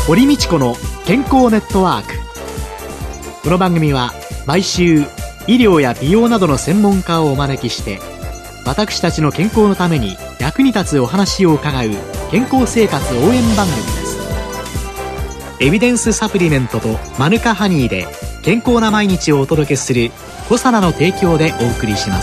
堀道子の健康ネットワーク。この番組は毎週医療や美容などの専門家をお招きして、私たちの健康のために役に立つお話を伺う健康生活応援番組です。エビデンスサプリメントとマヌカハニーで健康な毎日をお届けするコサナの提供でお送りします。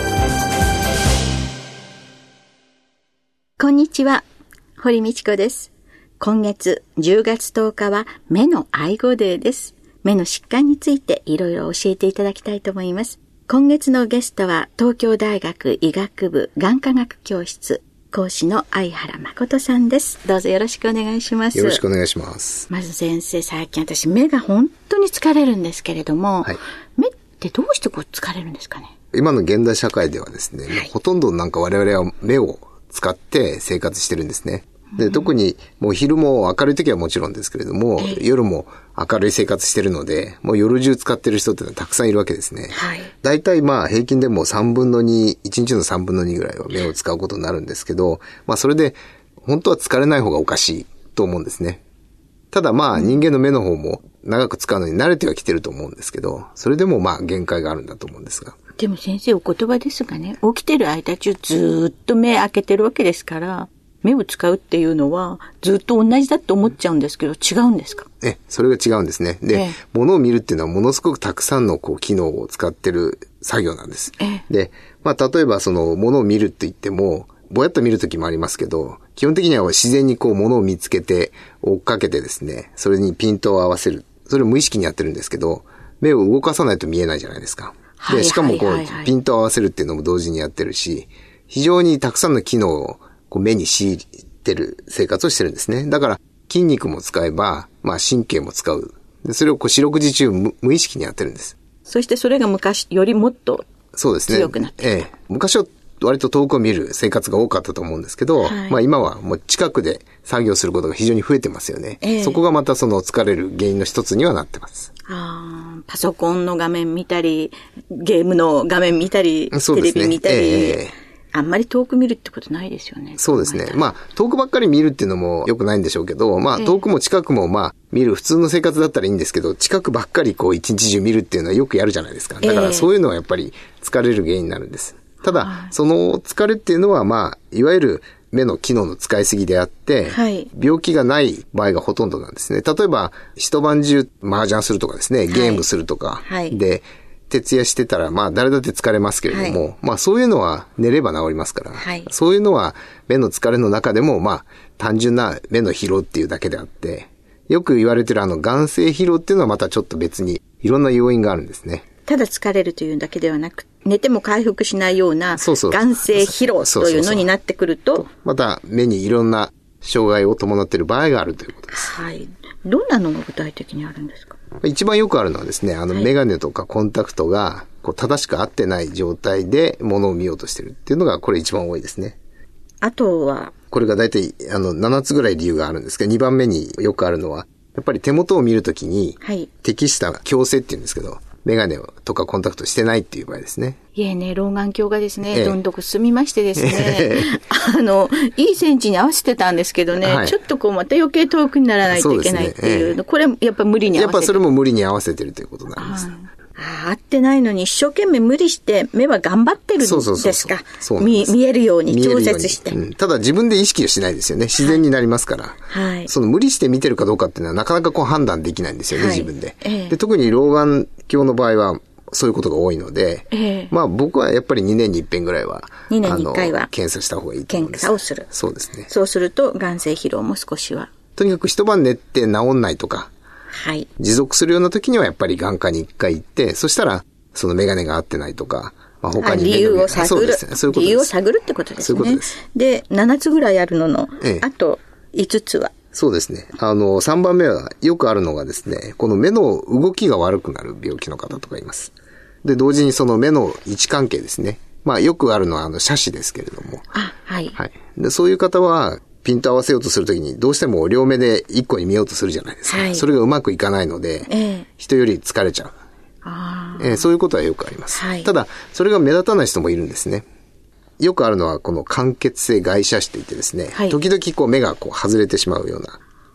こんにちは、堀道子です。今月10月10日は目の愛護デーです。目の疾患についていろいろ教えていただきたいと思います。今月のゲストは東京大学医学部眼科学教室講師の相原誠さんです。どうぞよろしくお願いします。 よろしくお願いします。 まず先生、最近私目が本当に疲れるんですけれども、はい、目ってどうして疲れるんですかね。 今の現代社会ではですね、ほとんどなんか我々は目を使って生活してるんですね。で、特にもう昼も明るい時はもちろんですけれども、夜も明るい生活してるので、もう夜中使ってる人ってのはたくさんいるわけですね。はい。だいたい平均でも3分の2、1日の3分の2ぐらいは目を使うことになるんですけど、それで本当は疲れない方がおかしいと思うんですね。ただ人間の目の方も長く使うのに慣れてはきてると思うんですけど、それでも限界があるんだと思うんですが。 でも先生、お言葉ですがね、起きてる間中ずっと目開けてるわけですから、目を使うっていうのはずっと同じだと思っちゃうんですけど、違うんですか？ それが違うんですね。で、物を見るっていうのはものすごくたくさんの機能を使ってる作業なんです。で、例えば物を見るって言っても、ぼやっと見るときもありますけど、基本的には自然に物を見つけて追っかけてですね、それにピントを合わせる。それを無意識にやってるんですけど、目を動かさないと見えないじゃないですか。で、しかもピントを合わせるっていうのも同時にやってるし、非常にたくさんの機能を目に強いてる生活をしてるんですね。だから筋肉も使えば、神経も使う。で、それを四六時中無意識にやってるんです。 そしてそれが昔よりもっと強くなってる。 昔は割と遠くを見る生活が多かったと思うんですけど、今はもう近くで作業することが非常に増えてますよね。そこがまた疲れる原因の一つにはなってます。 パソコンの画面見たり、ゲームの画面見たり、テレビ見たり、あんまり遠く見るってことないですよね。 そうですね。遠くばっかり見るっていうのも良くないんでしょうけど、遠くも近くも見る普通の生活だったらいいんですけど、近くばっかり一日中見るっていうのはよくやるじゃないですか。だからそういうのはやっぱり疲れる原因になるんです。ただ、その疲れっていうのはいわゆる目の機能の使いすぎであって、病気がない場合がほとんどなんですね。例えば、一晩中麻雀するとかですね、ゲームするとか、で、徹夜してたら、誰だって疲れますけれども、そういうのは寝れば治りますから、そういうのは目の疲れの中でも、単純な目の疲労っていうだけであって、よく言われてる眼性疲労っていうのはまたちょっと別にいろんな要因があるんですね。 ただ疲れるというだけではなく、寝ても回復しないような眼性疲労というのになってくると、 また目にいろんな障害を伴っている場合があるということです。 どんなのが具体的にあるんですか？ 一番よくあるのはですね、メガネとかコンタクトが正しく合ってない状態で物を見ようとしてるっていうのがこれ一番多いですね。 あとはこれが大体7つぐらい理由があるんですけど、2番目によくあるのはやっぱり手元を見るときに適した矯正っていうんですけど、メガネとかコンタクトしてないっていう場合ですね。 老眼鏡がですね、どんどん進みましてですね、いいセンチに合わせてたんですけどね、ちょっとまた余計遠くにならないといけないっていうの、これやっぱ無理に合わせてる。 やっぱそれも無理に合わせてるということになります。 合ってないのに一生懸命無理して目は頑張ってるんですか？見えるように調節して、 ただ自分で意識をしないですよね。自然になりますから、無理して見てるかどうかっていうのはなかなか判断できないんですよね、自分で。で、特に老眼鏡の場合はそういうことが多いので、僕はやっぱり2年に一遍ぐらいは 2年に1回は検査した方がいいと思います。 検査をする。 そうですね。 そうすると眼性疲労も少しは。 とにかく一晩寝て治んないとか、持続するような時にはやっぱり眼科に1回行って、そしたらそのメガネが合ってないとか、他に理由を探る。 そうですね。そういうことです。 理由を探るってことですね。 そういうことです。 で、7つぐらいあるのの、あと5つは。 そうですね。3番目はよくあるのがですね、この目の動きが悪くなる病気の方とかいます。で、同時にその目の位置関係ですね。よくあるのは斜視ですけれども。で、そういう方は、ピント合わせようとするときに、どうしても両目で一個に見ようとするじゃないですか。それがうまくいかないので、人より疲れちゃう。そういうことはよくあります。ただ、それが目立たない人もいるんですね。よくあるのは、この間欠性外斜視といってですね、時々目が外れてしまうような、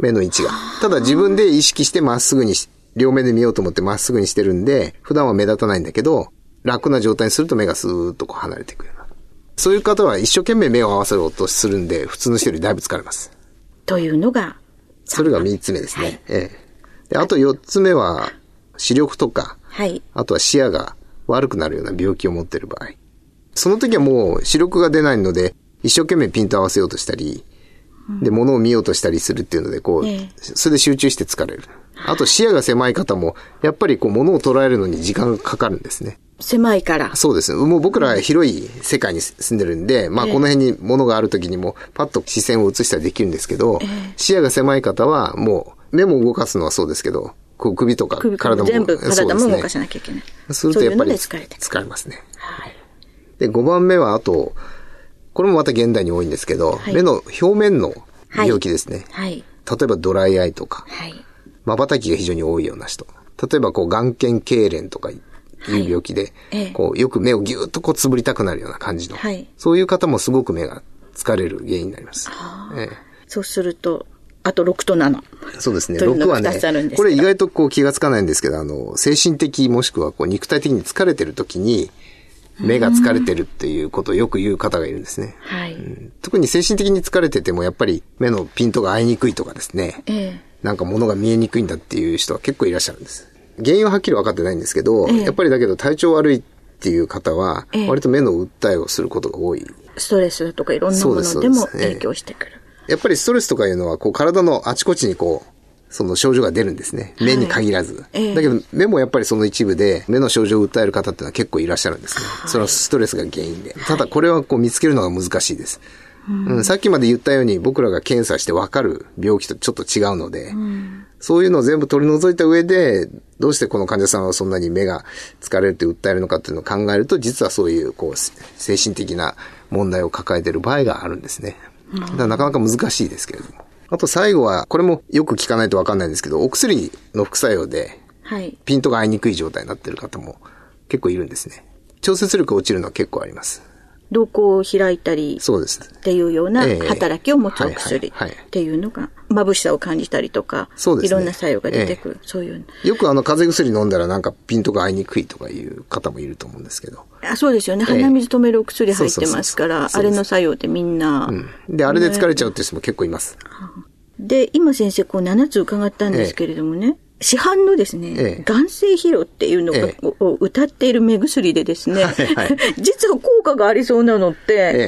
目の位置が。ただ自分で意識してまっすぐに両目で見ようと思ってまっすぐにしてるんで、普段は目立たないんだけど、楽な状態にすると目がスーッとこう離れていくような。そういう方は一生懸命目を合わせようとするんで、普通の人よりだいぶ疲れます。 というのが、 それが3つ目ですね。で、あと4つ目は、視力とか、あとは視野が悪くなるような病気を持っている場合。その時はもう視力が出ないので、一生懸命ピント合わせようとしたり、で、物を見ようとしたりするっていうので、こう、それで集中して疲れる。あと視野が狭い方も、やっぱりこう物を捉えるのに時間がかかるんですね。 狭いから。 そうです。もう僕らは広い世界に住んでるんで、まあこの辺に物がある時にもパッと視線を移したりできるんですけど、視野が狭い方はもう目も動かすのはそうですけど、こう首とか体も全部体も動かさなきゃいけない。 するとやっぱり疲れますね。で、5番目はあと、これもまた現代に多いんですけど、目の表面の病気ですね。例えばドライアイとか、瞬きが非常に多いような人。例えばこう眼瞼痙攣とかいう病気で、こうよく目をギューッとこうつぶりたくなるような感じの、そういう方もすごく目が疲れる原因になります。 そうすると、あと6と7。 そうですね。6はね、これ意外とこう気がつかないんですけど、精神的もしくはこう肉体的に疲れてる時に、目が疲れてるっていうことをよく言う方がいるんですね。特に精神的に疲れててもやっぱり目のピントが合いにくいとかですね、なんか物が見えにくいんだっていう人は結構いらっしゃるんです。原因ははっきり分かってないんですけど、やっぱりだけど体調悪いっていう方は割と目の訴えをすることが多い。 ストレスとかいろんなものでも影響してくる。 やっぱりストレスとかいうのはこう体のあちこちにこうその症状が出るんですね。目に限らず。だけど目もやっぱりその一部で目の症状を訴える方っていうのは結構いらっしゃるんですね。それはストレスが原因で。ただこれはこう見つけるのが難しいです。さっきまで言ったように僕らが検査して分かる病気とちょっと違うので、そういうのを全部取り除いた上で、どうしてこの患者さんはそんなに目が疲れるって訴えるのかっていうのを考えると、実はそういうこう精神的な問題を抱えている場合があるんですね。だからなかなか難しいですけれども。あと最後は、これもよく聞かないと分かんないんですけど、お薬の副作用で、ピントが合いにくい状態になっている方も結構いるんですね。調節力が落ちるのは結構あります。 瞳孔を開いたりっていうような働きを持つお薬っていうのが、眩しさを感じたりとか、いろんな作用が出てくる。そういう。 よく風邪薬飲んだらなんかピントが合いにくいとかいう方もいると思うんですけど。 そうですよね。鼻水止めるお薬入ってますから、あれの作用でみんな。 で、あれで疲れちゃうっていう人も結構います。 で、今先生こう7つ伺ったんですけれどもね。市販のですね、眼精疲労っていうのを謳っている目薬でですね、実は効果がありそうなのって、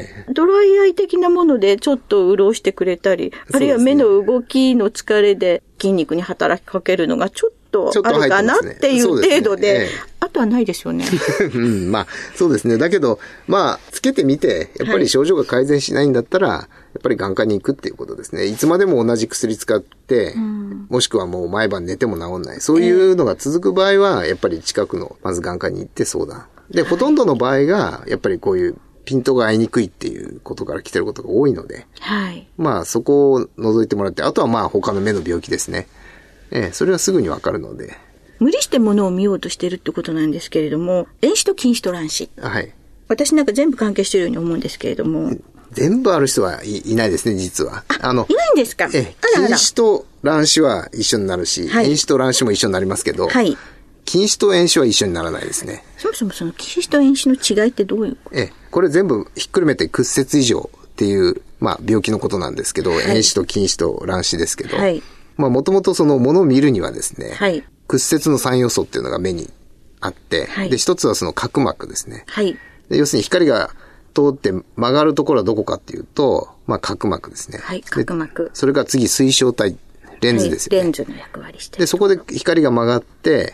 ドライアイ的なものでちょっと潤してくれたり、あるいは目の動きの疲れで筋肉に働きかけるのがちょっとあるかなっていう程度で、あとはないですよね。 まあ、そうですね。だけど、まあ、つけてみて、やっぱり症状が改善しないんだったら、やっぱり眼科に行くっていうことですね。いつまでも同じ薬使って、もしくはもう毎晩寝ても治んない。そういうのが続く場合は、やっぱり近くの、まず眼科に行って相談。で、ほとんどの場合が、やっぱりこういうピントが合いにくいっていうことから来てることが多いので、まあ、そこを除いてもらって、あとはまあ、他の目の病気ですね。それはすぐにわかるので。 無理して物を見ようとしてるってことなんですけれども、遠視と近視と乱視。私なんか全部関係してるように思うんですけれども。 全部ある人はいないですね、実は。 いないんですか？ 近視と乱視は一緒になるし、遠視と乱視も一緒になりますけど、近視と遠視は一緒にならないですね。 そもそもその近視と遠視の違いってどういうこと？ これ全部ひっくるめて屈折異常っていう、まあ病気のことなんですけど、遠視と近視と乱視ですけど、まあもともとその物を見るにはですね、屈折の3要素っていうのが目にあって、で、一つはその角膜ですね。で要するに光が通って曲がるところはどこかっていうと、まあ角膜ですね。 角膜。 それから次水晶体、レンズですよね。 レンズの役割して。 で、そこで光が曲がって、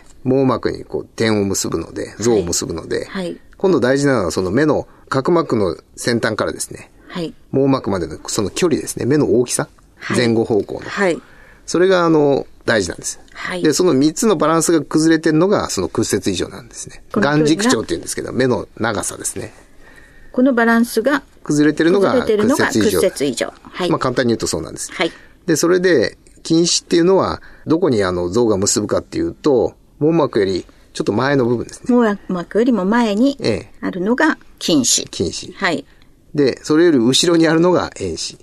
網膜にこう点を結ぶので、像を結ぶので、今度大事なのはその目の角膜の先端からですね、網膜までのその距離ですね、目の大きさ、前後方向の。それが大事なんです。で、その3つのバランスが崩れてるのがその屈折異常なんですね。眼軸長って言うんですけど、目の長さですね。 このバランスが崩れてるのが屈折異常。まあ簡単に言うとそうなんです。で、それで近視っていうのはどこに像が結ぶかっていうと、網膜よりちょっと前の部分ですね。 網膜よりも前にあるのが近視。 近視。で、それより後ろにあるのが遠視。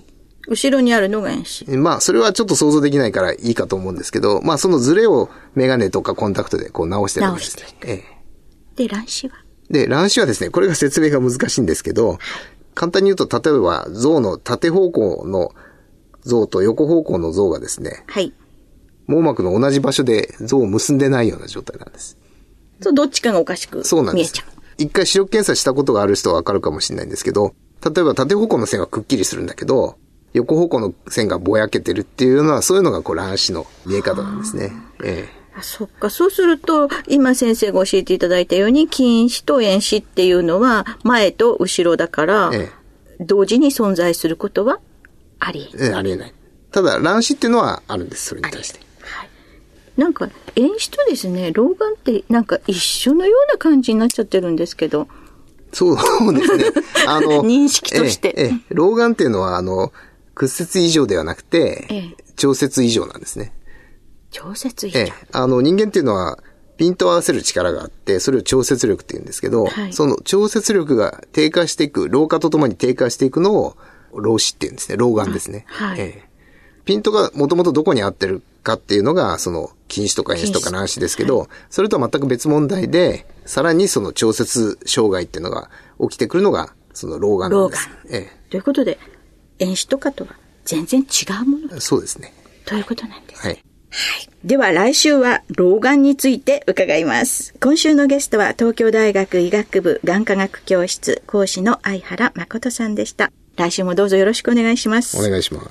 後ろにあるのが遠視。 それはちょっと想像できないからいいかと思うんですけど、そのズレをメガネとかコンタクトでこう直してるんですね。 で、乱視は？ で、乱視はですね、これが説明が難しいんですけど、簡単に言うと、例えば像の縦方向の像と横方向の像がですね、 はい。 網膜の同じ場所で像を結んでないような状態なんです。 そう、どっちかがおかしく見えちゃう。 そうなんです。一回視力検査したことがある人はわかるかもしれないんですけど、例えば縦方向の線はくっきりするんだけど、横方向の線がぼやけてるっていうのは、そういうのが乱視の見え方なんですね。 そっか。そうすると、今先生が教えていただいたように、近視と遠視っていうのは、前と後ろだから、同時に存在することはありえない。 ありえない。ただ、乱視っていうのはあるんです、それに対して。 はい。なんか、遠視とですね、老眼ってなんか一緒のような感じになっちゃってるんですけど。 そうですね。 認識として。 老眼っていうのは、屈折異常ではなくて、調節異常なんですね。 調節異常。 人間っていうのは、ピントを合わせる力があって、それを調節力って言うんですけど、その調節力が低下していく、老化とともに低下していくのを、老視って言うんですね。老眼ですね。ピントがもともとどこに合ってるかっていうのが、近視とか遠視とか乱視ですけど、それとは全く別問題で、さらにその調節障害っていうのが起きてくるのが、老眼なんです。 ということで、遠視とかとは全然違うもの。 そうですね。 ということなんです。はい。では来週は老眼について伺います。今週のゲストは東京大学医学部眼科学教室講師の相原誠さんでした。来週もどうぞよろしくお願いします。 お願いします。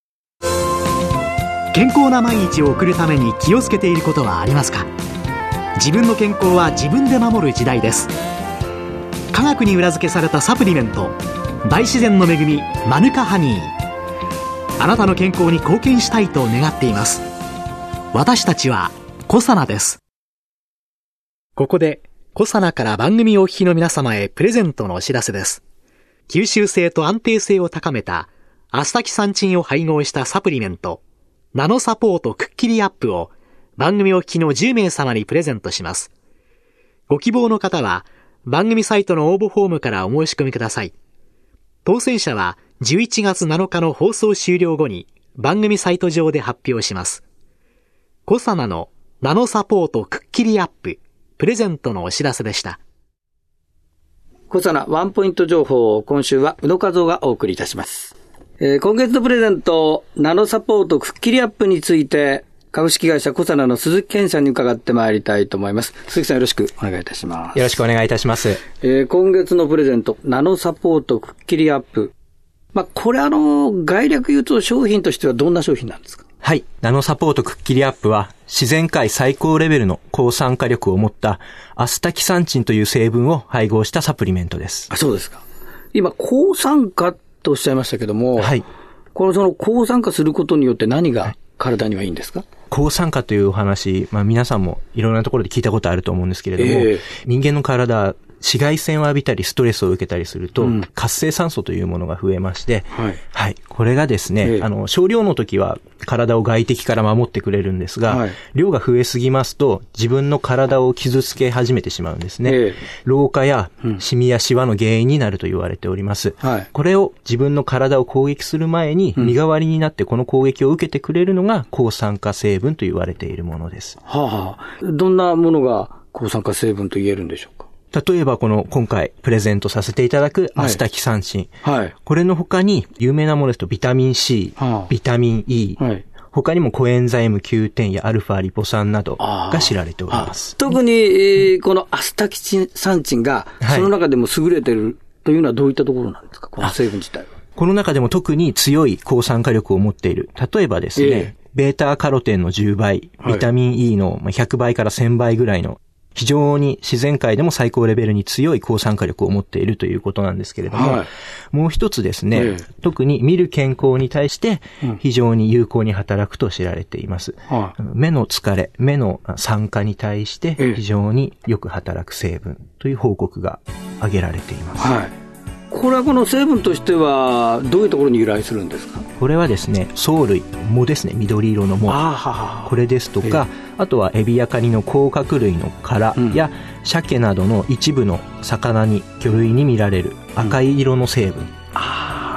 健康な毎日を送るために気をつけていることはありますか？自分の健康は自分で守る時代です。科学に裏付けされたサプリメント、大自然の恵みマヌカハニー。あなたの健康に貢献したいと願っています。私たちはコサナです。ここでコサナから番組お聞きの皆様へプレゼントのお知らせです。吸収性と安定性を高めたアスタキサンチンを配合したサプリメントナノサポートくっきりアップを番組お聞きの10名様にプレゼントします。ご希望の方は番組サイトの応募フォームからお申し込みください。当選者は11月7日の放送終了後に番組サイト上で発表します。コサナのナノサポートくっきりアッププレゼントのお知らせでした。 コサナワンポイント情報を今週は宇野和夫がお送りいたします。今月のプレゼントナノサポートくっきりアップについて株式会社コサナの鈴木健さんに伺ってまいりたいと思います。鈴木さんよろしくお願いいたします。 よろしくお願いいたします。 今月のプレゼントナノサポートくっきりアップ。これ概略言うと商品としてはどんな商品なんですか？ はい。ナノサポートくっきりアップは自然界最高レベルの抗酸化力を持ったアスタキサンチンという成分を配合したサプリメントです。 あ、そうですか。今抗酸化とおっしゃいましたけども、はい。その抗酸化することによって何が体にはいいんですか？ 抗酸化というお話、皆さんもいろんなところで聞いたことあると思うんですけれども、人間の体、紫外線を浴びたりストレスを受けたりすると、活性酸素というものが増えまして、はい。これがですね、少量の時は体を外敵から守ってくれるんですが、量が増えすぎますと自分の体を傷つけ始めてしまうんですね。老化やシミやシワの原因になると言われております。これを自分の体を攻撃する前に身代わりになってこの攻撃を受けてくれるのが抗酸化成分と言われているものです。 どんなものが抗酸化成分と言えるんでしょうか？ 例えば今回プレゼントさせていただくアスタキサンチン。これの他に有名なものですとビタミン C、ビタミン E、他にもコエンザイム Q10 やアルファリポ酸などが知られております。 特に、このアスタキサンチンがその中でも優れているというのはどういったところなんですか？この成分自体は。 この中でも特に強い抗酸化力を持っている。例えばですね、ベータカロテンの10倍、ビタミン E の100倍から1000倍ぐらいの非常に自然界でも最高レベルに強い抗酸化力を持っているということなんですけれども、もう一つですね、特に見る健康に対して非常に有効に働くと知られています。目の疲れ、目の酸化に対して非常によく働く成分という報告が挙げられています。 これはこの成分としてはどういうところに由来するんですか？ これはですね、藻類、藻ですね、緑色の藻。これですとか、あとはエビやカニの甲殻類の殻や、鮭などの一部の魚に、魚類に見られる赤い色の成分。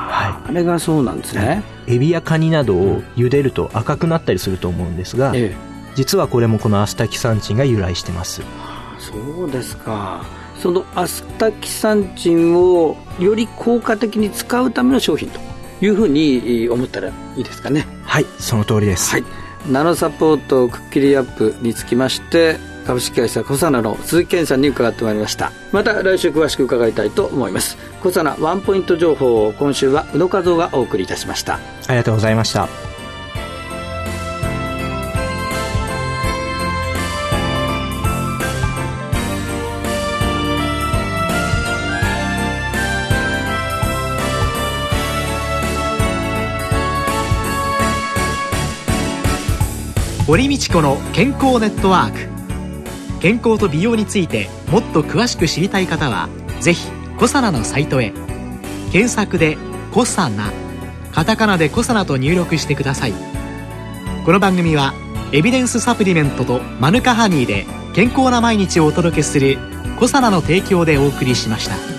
あれがそうなんですね。 エビやカニなどを茹でると赤くなったりすると思うんですが、実はこれもこのアスタキサンチンが由来してます。 そうですか。そのアスタキサンチンをより効果的に使うための商品というふうに思ったらいいですかね。 はい、その通りです。 はい、ナノサポートくっきりアップにつきまして株式会社コサナの鈴木健さんに伺ってまいりました。また来週詳しく伺いたいと思います。コサナワンポイント情報を今週は宇野和夫がお送りいたしました。 ありがとうございました。 堀道子の健康ネットワーク。健康と美容についてもっと詳しく知りたい方はぜひコサナのサイトへ。検索でコサナ、カタカナでコサナと入力してください。この番組はエビデンスサプリメントとマヌカハニーで健康な毎日をお届けするコサナの提供でお送りしました。